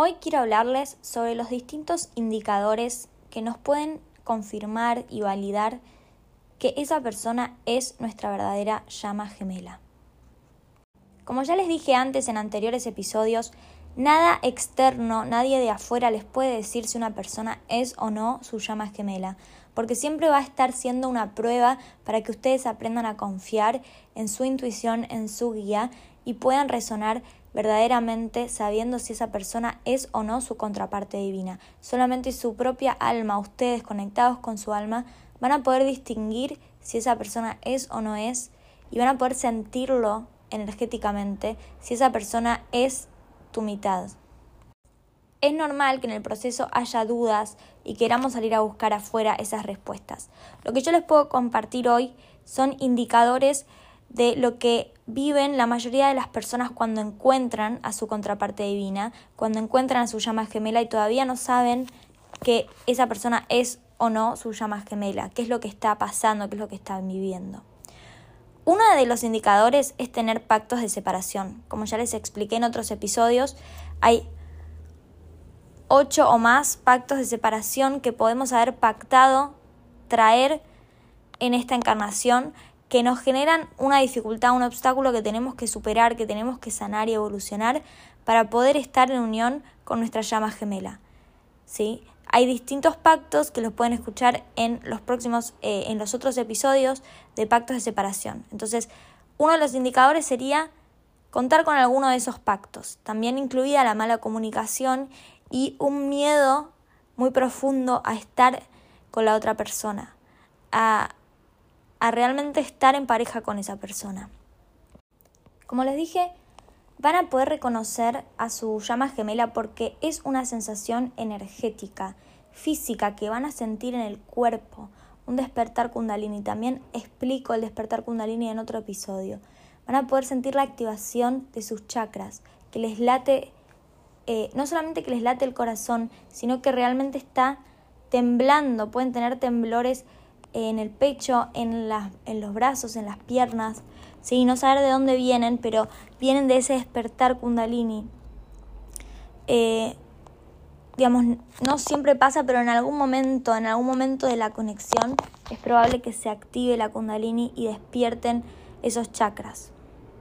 Hoy quiero hablarles sobre los distintos indicadores que nos pueden confirmar y validar que esa persona es nuestra verdadera llama gemela. Como ya les dije antes en anteriores episodios, nada externo, nadie de afuera les puede decir si una persona es o no su llama gemela, porque siempre va a estar siendo una prueba para que ustedes aprendan a confiar en su intuición, en su guía y puedan resonar verdaderamente sabiendo si esa persona es o no su contraparte divina. Solamente su propia alma, ustedes conectados con su alma, van a poder distinguir si esa persona es o no es y van a poder sentirlo energéticamente si esa persona es tu mitad. Es normal que en el proceso haya dudas y queramos salir a buscar afuera esas respuestas. Lo que yo les puedo compartir hoy son indicadores de lo que viven la mayoría de las personas cuando encuentran a su contraparte divina, cuando encuentran a su llama gemela y todavía no saben que esa persona es o no su llama gemela, qué es lo que está pasando, qué es lo que están viviendo. Uno de los indicadores es tener pactos de separación. Como ya les expliqué en otros episodios, hay 8 o más pactos de separación que podemos haber pactado traer en esta encarnación que nos generan una dificultad, un obstáculo que tenemos que superar, que tenemos que sanar y evolucionar para poder estar en unión con nuestra llama gemela. ¿Sí? Hay distintos pactos que los pueden escuchar en los otros episodios de pactos de separación. Entonces, uno de los indicadores sería contar con alguno de esos pactos. También incluida la mala comunicación y un miedo muy profundo a estar con la otra persona, a realmente estar en pareja con esa persona. Como les dije, van a poder reconocer a su llama gemela porque es una sensación energética, física, que van a sentir en el cuerpo, un despertar kundalini. También explico el despertar kundalini en otro episodio. Van a poder sentir la activación de sus chakras, que les late, no solamente que les late el corazón, sino que realmente está temblando. Pueden tener temblores en el pecho, en los brazos, en las piernas, ¿sí? No saber de dónde vienen, pero vienen de ese despertar kundalini. No siempre pasa, pero en algún momento de la conexión es probable que se active la kundalini y despierten esos chakras.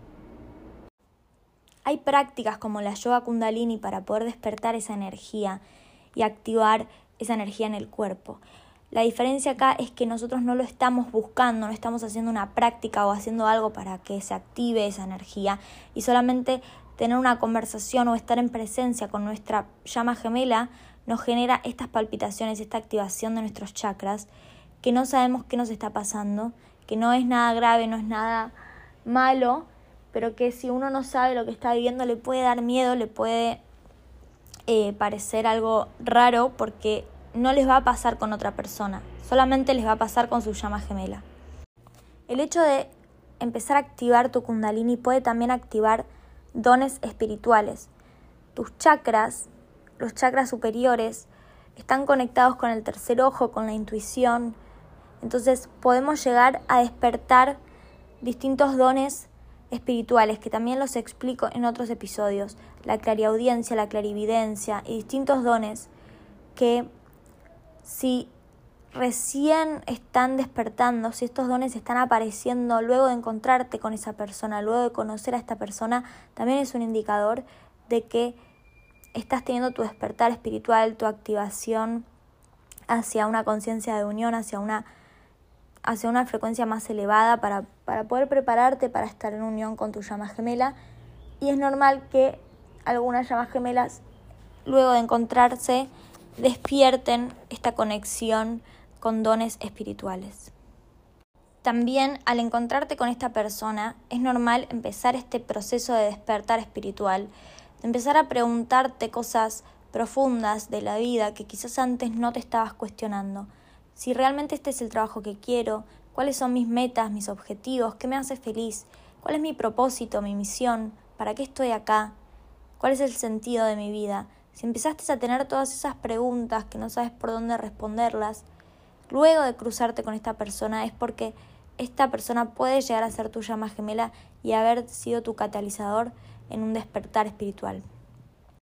Hay prácticas como la yoga kundalini para poder despertar esa energía y activar esa energía en el cuerpo. La diferencia acá es que nosotros no lo estamos buscando, no estamos haciendo una práctica o haciendo algo para que se active esa energía y solamente tener una conversación o estar en presencia con nuestra llama gemela nos genera estas palpitaciones, esta activación de nuestros chakras que no sabemos qué nos está pasando, que no es nada grave, no es nada malo, pero que si uno no sabe lo que está viviendo le puede dar miedo, le puede parecer algo raro porque no les va a pasar con otra persona, solamente les va a pasar con su llama gemela. El hecho de empezar a activar tu kundalini puede también activar dones espirituales. Tus chakras, los chakras superiores, están conectados con el tercer ojo, con la intuición. Entonces podemos llegar a despertar distintos dones espirituales, que también los explico en otros episodios. La clariaudiencia, la clarividencia y distintos dones que si recién están despertando, si estos dones están apareciendo luego de encontrarte con esa persona, luego de conocer a esta persona, también es un indicador de que estás teniendo tu despertar espiritual, tu activación hacia una conciencia de unión, hacia una frecuencia más elevada para poder prepararte para estar en unión con tu llama gemela. Y es normal que algunas llamas gemelas, luego de encontrarse, despierten esta conexión con dones espirituales. También al encontrarte con esta persona es normal empezar este proceso de despertar espiritual, de empezar a preguntarte cosas profundas de la vida que quizás antes no te estabas cuestionando. Si realmente este es el trabajo que quiero, cuáles son mis metas, mis objetivos, qué me hace feliz, cuál es mi propósito, mi misión, para qué estoy acá, cuál es el sentido de mi vida. Si empezaste a tener todas esas preguntas que no sabes por dónde responderlas, luego de cruzarte con esta persona es porque esta persona puede llegar a ser tu llama gemela y haber sido tu catalizador en un despertar espiritual.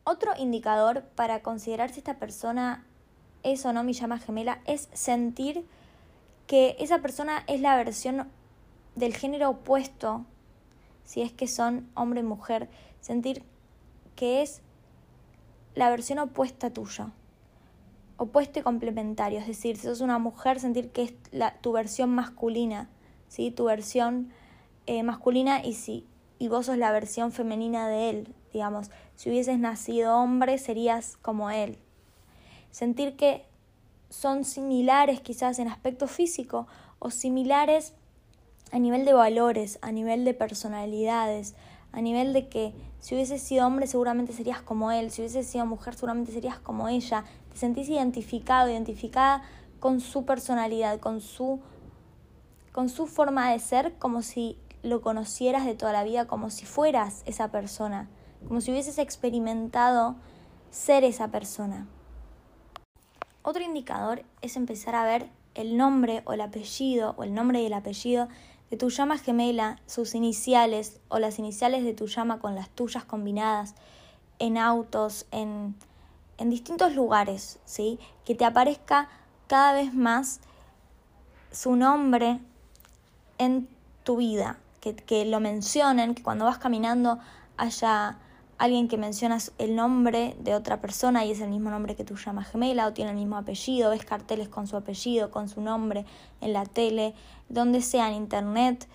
Otro indicador para considerar si esta persona es o no mi llama gemela es sentir que esa persona es la versión del género opuesto, si es que son hombre y mujer, sentir que es la versión opuesta tuya, opuesto y complementario, es decir, si sos una mujer, sentir que es tu versión masculina, ¿sí? Tu versión masculina y vos sos la versión femenina de él, digamos. Si hubieses nacido hombre, serías como él. Sentir que son similares quizás en aspecto físico o similares a nivel de valores, a nivel de personalidades, a nivel de que si hubieses sido hombre seguramente serías como él, si hubieses sido mujer seguramente serías como ella. Te sentís identificada con su personalidad, con su forma de ser, como si lo conocieras de toda la vida, como si fueras esa persona, como si hubieses experimentado ser esa persona. Otro indicador es empezar a ver el nombre o el apellido, o el nombre y el apellido de tu llama gemela, sus iniciales o las iniciales de tu llama con las tuyas combinadas, en autos, en distintos lugares, ¿sí? Que te aparezca cada vez más su nombre en tu vida, que lo mencionen, que cuando vas caminando haya alguien que menciona el nombre de otra persona y es el mismo nombre que tu llama gemela o tiene el mismo apellido, ves carteles con su apellido, con su nombre en la tele, donde sea, en internet.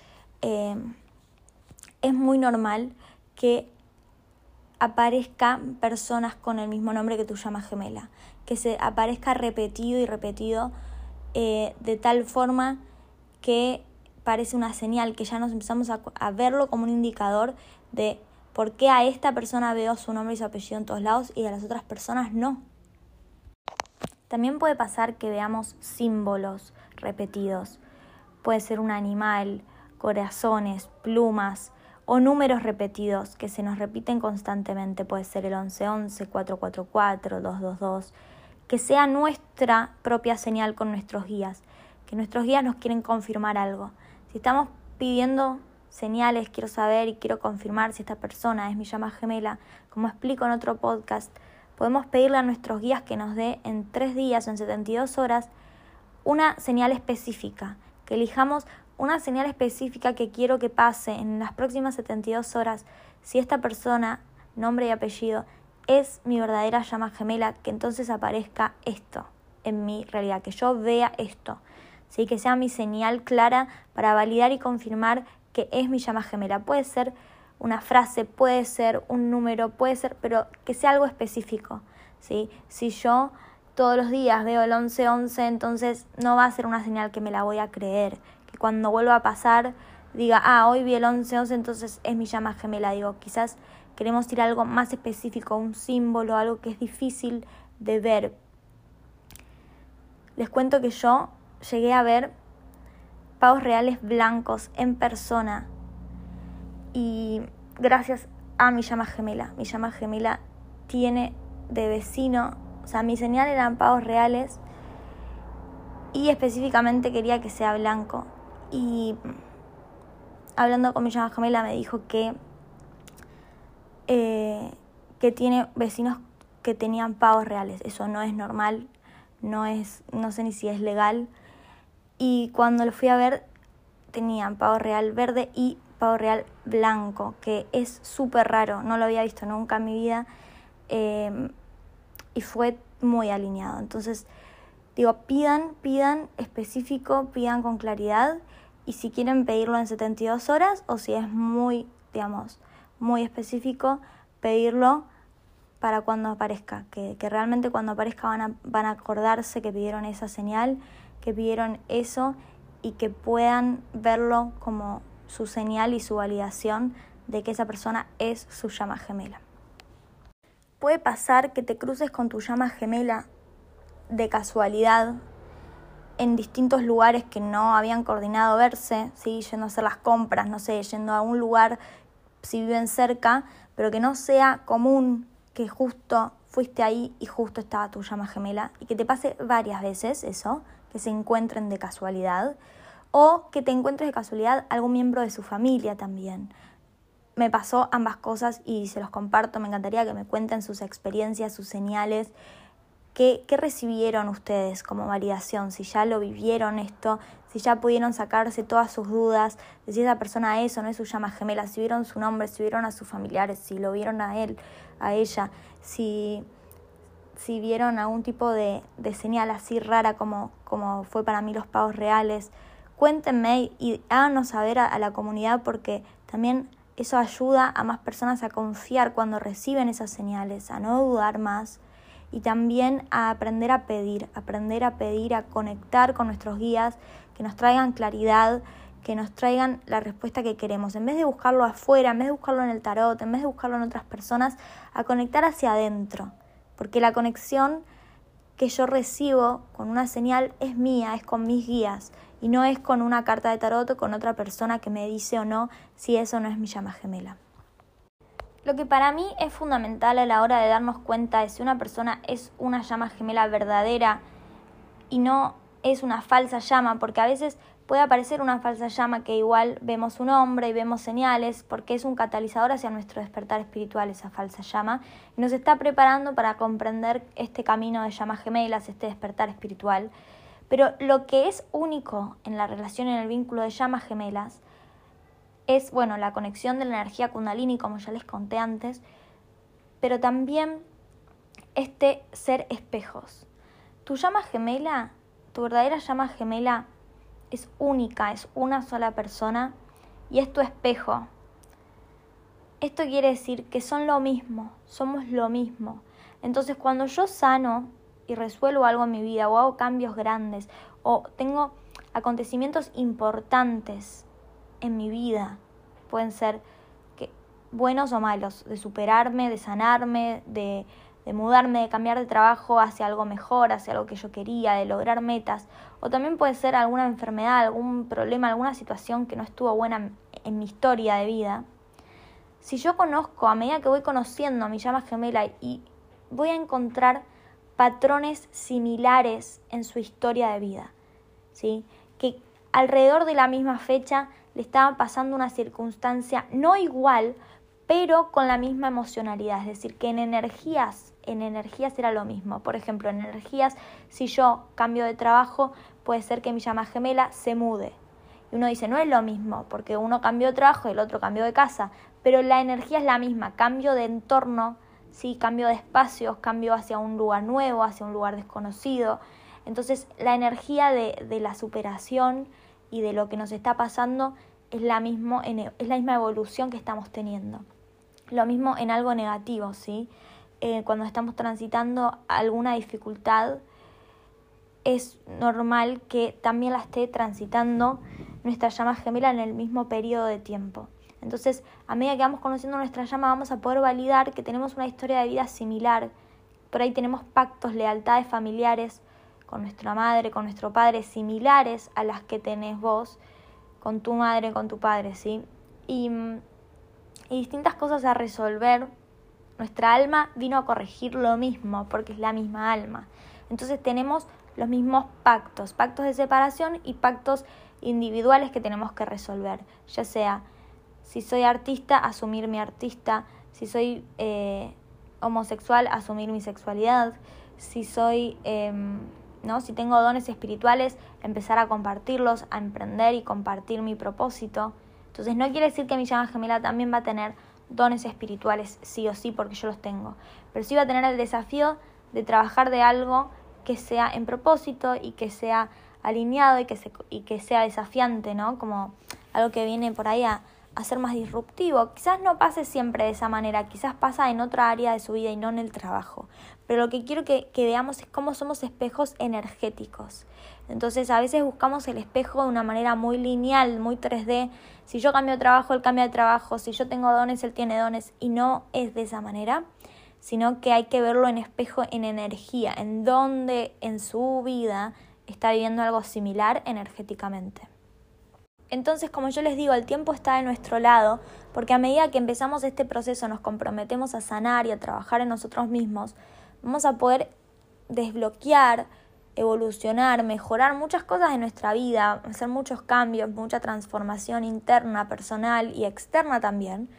Es muy normal que aparezcan personas con el mismo nombre que tu llama gemela, que se aparezca repetido y repetido de tal forma que parece una señal, que ya nos empezamos a verlo como un indicador de por qué a esta persona veo su nombre y su apellido en todos lados y a las otras personas no. También puede pasar que veamos símbolos repetidos. Puede ser un animal, corazones, plumas o números repetidos que se nos repiten constantemente. Puede ser el 1111, 444, 222. Que sea nuestra propia señal con nuestros guías. Que nuestros guías nos quieren confirmar algo. Si estamos pidiendo señales, quiero saber y quiero confirmar si esta persona es mi llama gemela, como explico en otro podcast, podemos pedirle a nuestros guías que nos dé en 3 días o en 72 horas una señal específica, que elijamos una señal específica que quiero que pase en las próximas 72 horas, si esta persona, nombre y apellido, es mi verdadera llama gemela, que entonces aparezca esto en mi realidad, que yo vea esto, ¿sí? Que sea mi señal clara para validar y confirmar que es mi llama gemela. Puede ser una frase, puede ser un número, puede ser, pero que sea algo específico, ¿sí? Si yo todos los días veo el 1111, entonces no va a ser una señal que me la voy a creer. Que cuando vuelva a pasar diga, hoy vi el 1111, entonces es mi llama gemela. Digo, quizás queremos ir a algo más específico, un símbolo, algo que es difícil de ver. Les cuento que yo llegué a ver pavos reales blancos en persona y gracias a mi llama gemela. Mi llama gemela tiene de vecino, o sea, mi señal eran pavos reales y específicamente quería que sea blanco. Y hablando con mi llama gemela me dijo que tiene vecinos que tenían pavos reales. Eso no es normal, no sé ni si es legal. Y cuando lo fui a ver, tenían pavo real verde y pavo real blanco, que es súper raro, no lo había visto nunca en mi vida, y fue muy alineado. Entonces, digo, pidan específico, pidan con claridad, y si quieren pedirlo en 72 horas, o si es muy específico, pedirlo para cuando aparezca, que realmente cuando aparezca van a acordarse que pidieron esa señal, que pidieron eso y que puedan verlo como su señal y su validación de que esa persona es su llama gemela. Puede pasar que te cruces con tu llama gemela de casualidad en distintos lugares que no habían coordinado verse, ¿sí? Yendo a hacer las compras, no sé, yendo a un lugar si viven cerca, pero que no sea común que justo fuiste ahí y justo estaba tu llama gemela y que te pase varias veces eso, que se encuentren de casualidad, o que te encuentres de casualidad algún miembro de su familia también. me pasó ambas cosas y se los comparto. Me encantaría que me cuenten sus experiencias, sus señales. ¿Qué recibieron ustedes como validación? Si ya lo vivieron esto, si ya pudieron sacarse todas sus dudas de si esa persona es o no es su llama gemela, si vieron su nombre, si vieron a sus familiares, si lo vieron a él, a ella, si vieron algún tipo de señal así rara como fue para mí los pavos reales. Cuéntenme y háganos saber a la comunidad, porque también eso ayuda a más personas a confiar cuando reciben esas señales, a no dudar más. Y también a aprender a pedir, a conectar con nuestros guías, que nos traigan claridad, que nos traigan la respuesta que queremos. En vez de buscarlo afuera, en vez de buscarlo en el tarot, en vez de buscarlo en otras personas, a conectar hacia adentro. Porque la conexión que yo recibo con una señal es mía, es con mis guías. Y no es con una carta de tarot o con otra persona que me dice o no si eso no es mi llama gemela. Lo que para mí es fundamental a la hora de darnos cuenta de si una persona es una llama gemela verdadera y no es una falsa llama, porque a veces puede aparecer una falsa llama que igual vemos un nombre y vemos señales, porque es un catalizador hacia nuestro despertar espiritual esa falsa llama, y nos está preparando para comprender este camino de llamas gemelas, este despertar espiritual. Pero lo que es único en la relación, en el vínculo de llamas gemelas, es, la conexión de la energía kundalini, como ya les conté antes, pero también ser espejos. Tu llama gemela, tu verdadera llama gemela es única, es una sola persona y es tu espejo. Esto quiere decir que son lo mismo, somos lo mismo. Entonces, cuando yo sano y resuelvo algo en mi vida o hago cambios grandes o tengo acontecimientos importantes en mi vida, pueden ser buenos o malos, de superarme, de sanarme, de mudarme, de cambiar de trabajo hacia algo mejor, hacia algo que yo quería, de lograr metas, o también puede ser alguna enfermedad, algún problema, alguna situación que no estuvo buena en mi historia de vida. Si yo conozco, a medida que voy conociendo a mi llama gemela y voy a encontrar patrones similares en su historia de vida, ¿sí? Que alrededor de la misma fecha le estaba pasando una circunstancia no igual, pero con la misma emocionalidad. Es decir, que en energías era lo mismo. Por ejemplo, en energías, si yo cambio de trabajo, puede ser que mi llama gemela se mude. Y uno dice, no es lo mismo, porque uno cambió de trabajo y el otro cambió de casa. Pero la energía es la misma, cambio de entorno, ¿sí? Cambio de espacios, cambio hacia un lugar nuevo, hacia un lugar desconocido. Entonces, la energía de la superación y de lo que nos está pasando es la misma evolución que estamos teniendo. Lo mismo en algo negativo, ¿sí? Cuando estamos transitando alguna dificultad, es normal que también la esté transitando nuestra llama gemela en el mismo periodo de tiempo. Entonces, a medida que vamos conociendo nuestra llama, vamos a poder validar que tenemos una historia de vida similar. Por ahí tenemos pactos, lealtades familiares con nuestra madre, con nuestro padre, similares a las que tenés vos con tu madre, con tu padre, ¿sí? Y distintas cosas a resolver. Nuestra alma vino a corregir lo mismo, porque es la misma alma. Entonces tenemos los mismos pactos de separación y pactos individuales que tenemos que resolver. Ya sea, si soy artista, asumir mi artista. Si soy homosexual, asumir mi sexualidad. Si soy... Si tengo dones espirituales, empezar a compartirlos, a emprender y compartir mi propósito. Entonces no quiere decir que mi llama gemela también va a tener dones espirituales sí o sí, porque yo los tengo. Pero sí va a tener el desafío de trabajar de algo que sea en propósito y que sea alineado y que sea desafiante, ¿no? Como algo que viene por ahí a ser más disruptivo. Quizás no pase siempre de esa manera, quizás pasa en otra área de su vida y no en el trabajo. Pero lo que quiero que veamos es cómo somos espejos energéticos. Entonces a veces buscamos el espejo de una manera muy lineal, muy 3D. Si yo cambio de trabajo, él cambia de trabajo. Si yo tengo dones, él tiene dones. Y no es de esa manera, sino que hay que verlo en espejo, en energía, en donde en su vida está viviendo algo similar energéticamente. Entonces, como yo les digo, el tiempo está de nuestro lado, porque a medida que empezamos este proceso, nos comprometemos a sanar y a trabajar en nosotros mismos, vamos a poder desbloquear, evolucionar, mejorar muchas cosas en nuestra vida, hacer muchos cambios, mucha transformación interna, personal y externa también.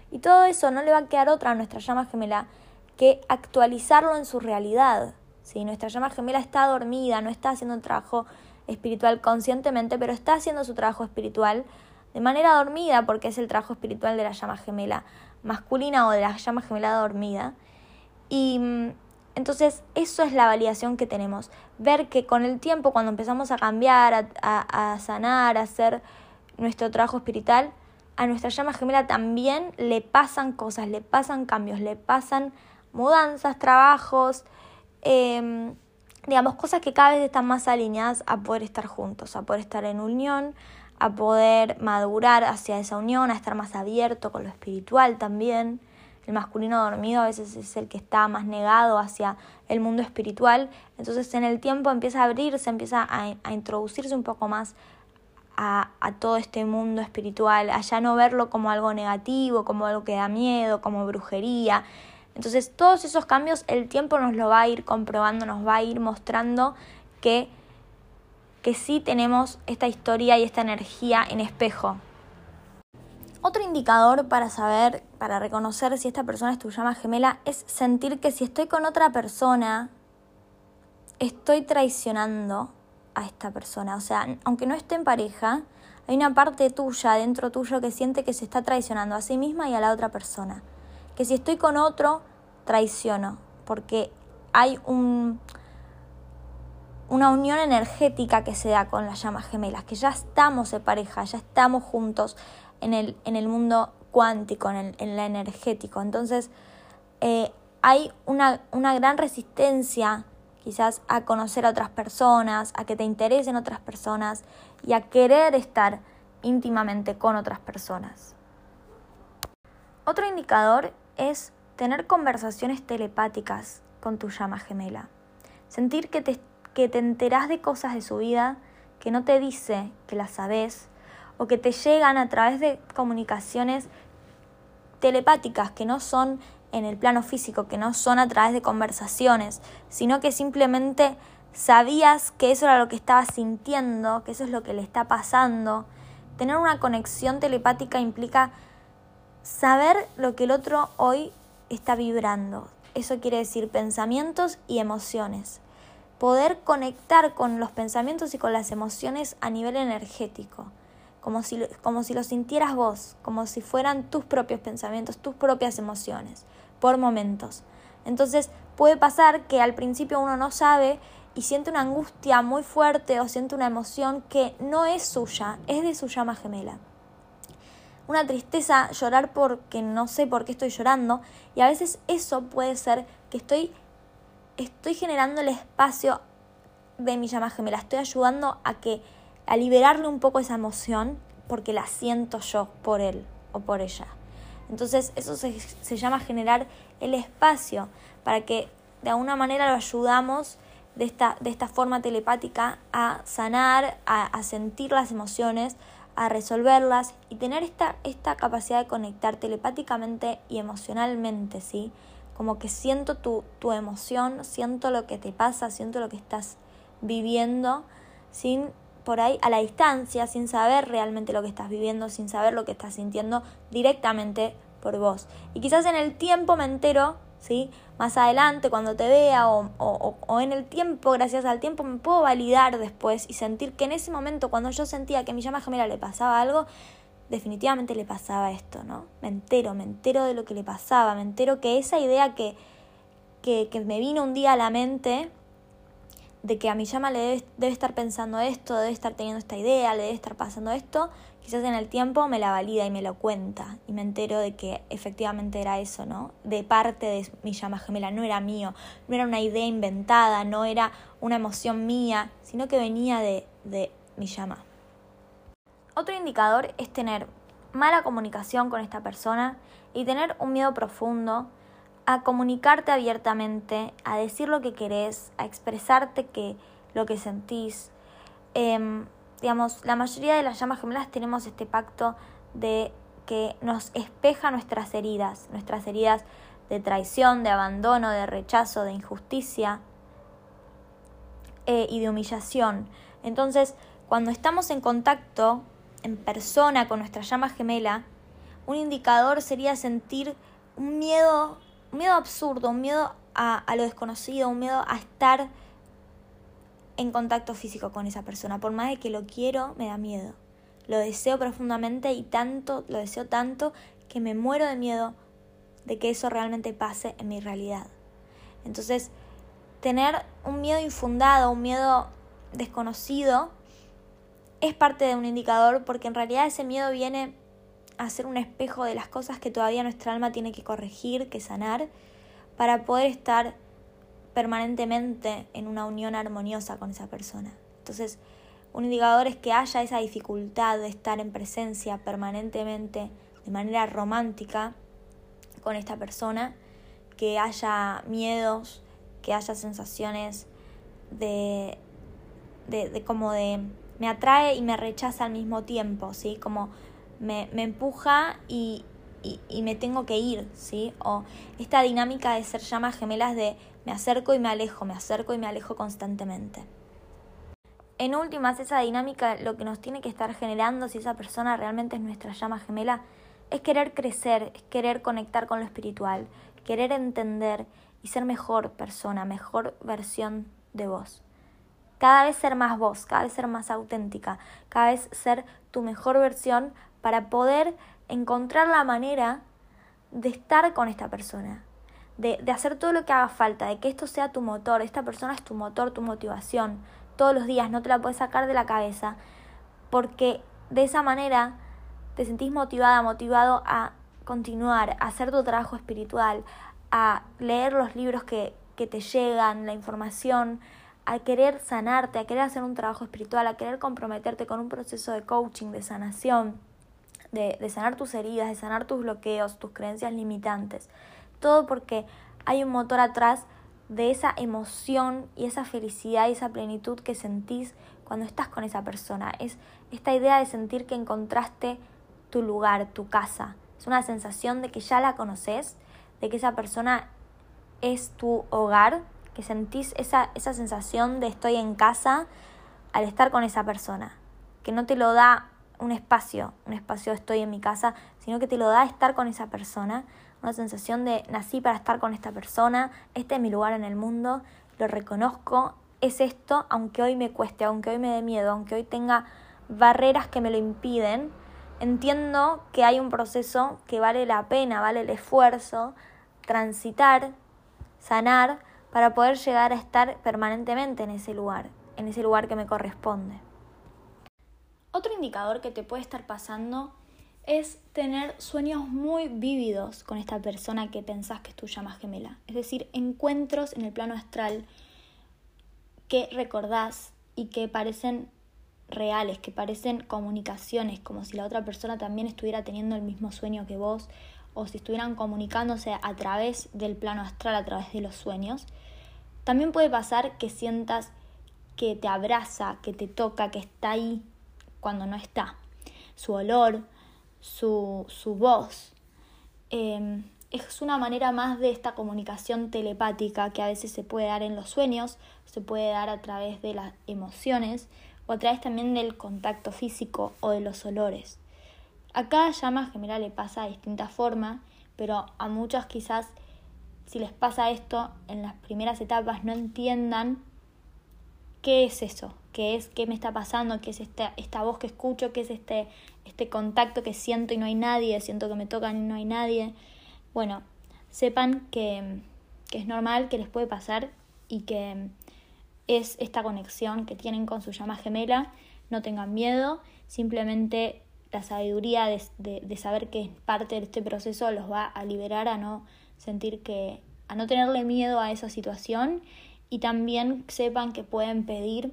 Y todo eso no le va a quedar otra a nuestra llama gemela que actualizarlo en su realidad. ¿Sí? Nuestra llama gemela está dormida, no está haciendo un trabajo espiritual conscientemente, pero está haciendo su trabajo espiritual de manera dormida, porque es el trabajo espiritual de la llama gemela masculina o de la llama gemela dormida. Y entonces eso es la validación que tenemos. Ver que con el tiempo, cuando empezamos a cambiar, a sanar, a hacer nuestro trabajo espiritual, a nuestra llama gemela también le pasan cosas, le pasan cambios, le pasan mudanzas, trabajos, cosas que cada vez están más alineadas a poder estar juntos, a poder estar en unión, a poder madurar hacia esa unión, a estar más abierto con lo espiritual también. El masculino dormido a veces es el que está más negado hacia el mundo espiritual. Entonces en el tiempo empieza a abrirse, empieza a introducirse un poco más a todo este mundo espiritual, a ya no verlo como algo negativo, como algo que da miedo, como brujería. Entonces todos esos cambios el tiempo nos lo va a ir comprobando, nos va a ir mostrando que sí tenemos esta historia y esta energía en espejo. Otro indicador para saber, para reconocer si esta persona es tu llama gemela, es sentir que si estoy con otra persona, estoy traicionando a esta persona. O sea, aunque no esté en pareja, hay una parte tuya, dentro tuyo, que siente que se está traicionando a sí misma y a la otra persona. Que si estoy con otro, traiciono, porque hay una unión energética que se da con las llamas gemelas, que ya estamos de pareja, ya estamos juntos en el mundo cuántico, en la energético. Entonces hay una gran resistencia quizás a conocer a otras personas, a que te interesen otras personas y a querer estar íntimamente con otras personas. Otro indicador es tener conversaciones telepáticas con tu llama gemela. Sentir que te enterás de cosas de su vida que no te dice que las sabés, o que te llegan a través de comunicaciones telepáticas que no son en el plano físico, que no son a través de conversaciones, sino que simplemente sabías que eso era lo que estabas sintiendo, que eso es lo que le está pasando. Tener una conexión telepática implica saber lo que el otro hoy está vibrando. Eso quiere decir pensamientos y emociones. Poder conectar con los pensamientos y con las emociones a nivel energético, como si lo sintieras vos, como si fueran tus propios pensamientos, tus propias emociones, por momentos. Entonces puede pasar que al principio uno no sabe y siente una angustia muy fuerte o siente una emoción que no es suya, es de su llama gemela. Una tristeza, llorar porque no sé por qué estoy llorando, y a veces eso puede ser que estoy generando el espacio de mi llama gemela, estoy ayudando a liberarle un poco esa emoción porque la siento yo por él o por ella. Entonces eso se llama generar el espacio para que de alguna manera lo ayudamos de esta forma telepática a sanar, a sentir las emociones, a resolverlas y tener esta capacidad de conectar telepáticamente y emocionalmente, ¿sí? Como que siento tu emoción, siento lo que te pasa, siento lo que estás viviendo, sin por ahí a la distancia, sin saber realmente lo que estás viviendo, sin saber lo que estás sintiendo directamente por vos. Y quizás en el tiempo me entero, ¿sí? Más adelante cuando te vea o en el tiempo, gracias al tiempo, me puedo validar después y sentir que en ese momento, cuando yo sentía que a mi llama gemela le pasaba algo, definitivamente le pasaba esto, ¿no? Me entero de lo que le pasaba, me entero que esa idea que me vino un día a la mente de que a mi llama le debe estar pensando esto, debe estar teniendo esta idea, le debe estar pasando esto, quizás en el tiempo me la valida y me lo cuenta y me entero de que efectivamente era eso, ¿no? De parte de mi llama gemela, no era mío, no era una idea inventada, no era una emoción mía, sino que venía de mi llama. Otro indicador es tener mala comunicación con esta persona y tener un miedo profundo a comunicarte abiertamente, a decir lo que querés, a expresarte lo que sentís. La mayoría de las llamas gemelas tenemos este pacto de que nos espeja nuestras heridas de traición, de abandono, de rechazo, de injusticia y de humillación. Entonces, cuando estamos en contacto en persona con nuestra llama gemela, Un indicador sería sentir un miedo absurdo, un miedo a lo desconocido, un miedo a estar en contacto físico con esa persona. Por más de que lo quiero, me da miedo. Lo deseo profundamente y lo deseo tanto que me muero de miedo de que eso realmente pase en mi realidad. Entonces, tener un miedo infundado, un miedo desconocido, es parte de un indicador, porque en realidad ese miedo viene a ser un espejo de las cosas que todavía nuestra alma tiene que corregir, que sanar, para poder estar permanentemente en una unión armoniosa con esa persona. Entonces, un indicador es que haya esa dificultad de estar en presencia permanentemente, de manera romántica, con esta persona, que haya miedos, que haya sensaciones de me atrae y me rechaza al mismo tiempo, ¿sí? Como me empuja y me tengo que ir, ¿sí? O esta dinámica de ser llamas gemelas de me acerco y me alejo constantemente. En últimas, esa dinámica lo que nos tiene que estar generando, si esa persona realmente es nuestra llama gemela, es querer crecer, es querer conectar con lo espiritual, querer entender y ser mejor persona, mejor versión de vos. Cada vez ser más vos, cada vez ser más auténtica, cada vez ser tu mejor versión para poder encontrar la manera de estar con esta persona, de hacer todo lo que haga falta, de que esto sea tu motor, esta persona es tu motor, tu motivación. Todos los días no te la puedes sacar de la cabeza, porque de esa manera te sentís motivado a continuar, a hacer tu trabajo espiritual, a leer los libros que te llegan, la información, a querer sanarte, a querer hacer un trabajo espiritual, a querer comprometerte con un proceso de coaching, de sanación, de sanar tus heridas, de sanar tus bloqueos, tus creencias limitantes. Todo porque hay un motor atrás de esa emoción y esa felicidad y esa plenitud que sentís cuando estás con esa persona. Es esta idea de sentir que encontraste tu lugar, tu casa. Es una sensación de que ya la conoces, de que esa persona es tu hogar, que sentís esa sensación de estoy en casa al estar con esa persona, que no te lo da un espacio estoy en mi casa, sino que te lo da estar con esa persona, una sensación de nací para estar con esta persona, este es mi lugar en el mundo, lo reconozco, es esto, aunque hoy me cueste, aunque hoy me dé miedo, aunque hoy tenga barreras que me lo impiden, entiendo que hay un proceso que vale la pena, vale el esfuerzo, transitar, sanar, para poder llegar a estar permanentemente en ese lugar que me corresponde. Otro indicador que te puede estar pasando es tener sueños muy vívidos con esta persona que pensás que es tu llama gemela. Es decir, encuentros en el plano astral que recordás y que parecen reales, que parecen comunicaciones, como si la otra persona también estuviera teniendo el mismo sueño que vos, o si estuvieran comunicándose a través del plano astral, a través de los sueños. También puede pasar que sientas que te abraza, que te toca, que está ahí cuando no está. Su olor, su voz. Es una manera más de esta comunicación telepática que a veces se puede dar en los sueños, se puede dar a través de las emociones o a través también del contacto físico o de los olores. A cada llama gemela le pasa de distinta forma, pero a muchos quizás si les pasa esto en las primeras etapas no entiendan qué es eso, qué me está pasando, qué es esta voz que escucho, qué es este contacto que siento y no hay nadie, siento que me tocan y no hay nadie. Bueno, sepan que es normal, que les puede pasar y que es esta conexión que tienen con su llama gemela. No tengan miedo, simplemente la sabiduría de saber que es parte de este proceso los va a liberar a no tenerle miedo a esa situación, y también sepan que pueden pedir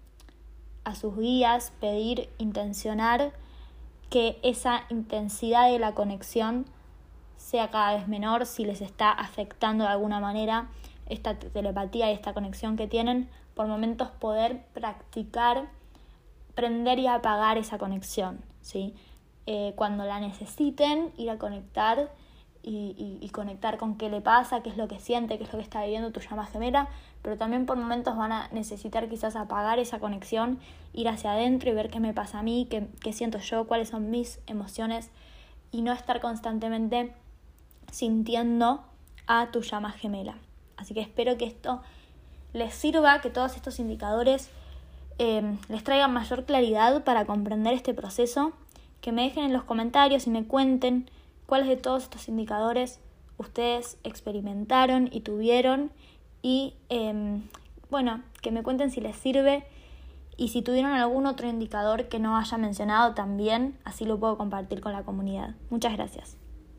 a sus guías, intencionar que esa intensidad de la conexión sea cada vez menor si les está afectando de alguna manera esta telepatía y esta conexión que tienen. Por momentos poder practicar, prender y apagar esa conexión, ¿sí? Cuando la necesiten, ir a conectar y conectar con qué le pasa, qué es lo que siente, qué es lo que está viviendo tu llama gemela, pero también por momentos van a necesitar quizás apagar esa conexión, ir hacia adentro y ver qué me pasa a mí, qué siento yo, cuáles son mis emociones y no estar constantemente sintiendo a tu llama gemela. Así que espero que esto les sirva, que todos estos indicadores les traigan mayor claridad para comprender este proceso, que me dejen en los comentarios y me cuenten cuáles de todos estos indicadores ustedes experimentaron y tuvieron y que me cuenten si les sirve y si tuvieron algún otro indicador que no haya mencionado también, así lo puedo compartir con la comunidad. Muchas gracias.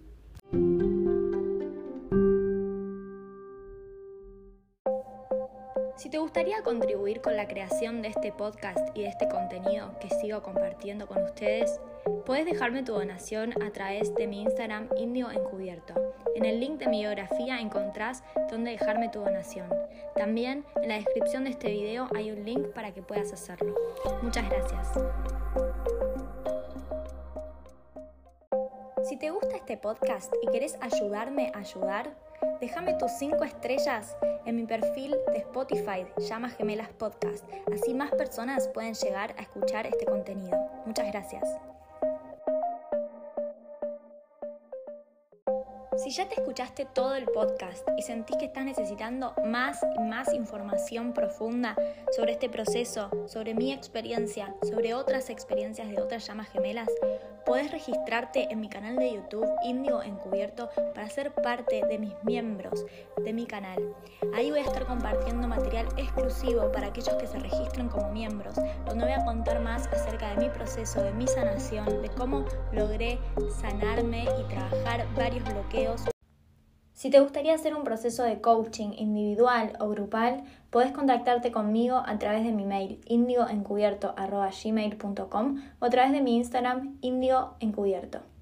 Si te gustaría contribuir con la creación de este podcast y de este contenido que sigo compartiendo con ustedes, puedes dejarme tu donación a través de mi Instagram Índigo Encubierto. En el link de mi biografía encontrás dónde dejarme tu donación. También en la descripción de este video hay un link para que puedas hacerlo. Muchas gracias. Si te gusta este podcast y querés ayudarme a ayudar, déjame tus 5 estrellas en mi perfil de Spotify, Llamas Gemelas Podcast. Así más personas pueden llegar a escuchar este contenido. Muchas gracias. Si ya te escuchaste todo el podcast y sentís que estás necesitando más y más información profunda sobre este proceso, sobre mi experiencia, sobre otras experiencias de otras llamas gemelas, podés registrarte en mi canal de YouTube Índigo Encubierto para ser parte de mis miembros de mi canal. Ahí voy a estar compartiendo material exclusivo para aquellos que se registren como miembros, donde voy a contar más acerca de mi proceso, de mi sanación, de cómo logré sanarme y trabajar varios bloqueos. Si te gustaría hacer un proceso de coaching individual o grupal, podés contactarte conmigo a través de mi mail indigoencubierto@gmail.com o a través de mi Instagram Índigo Encubierto.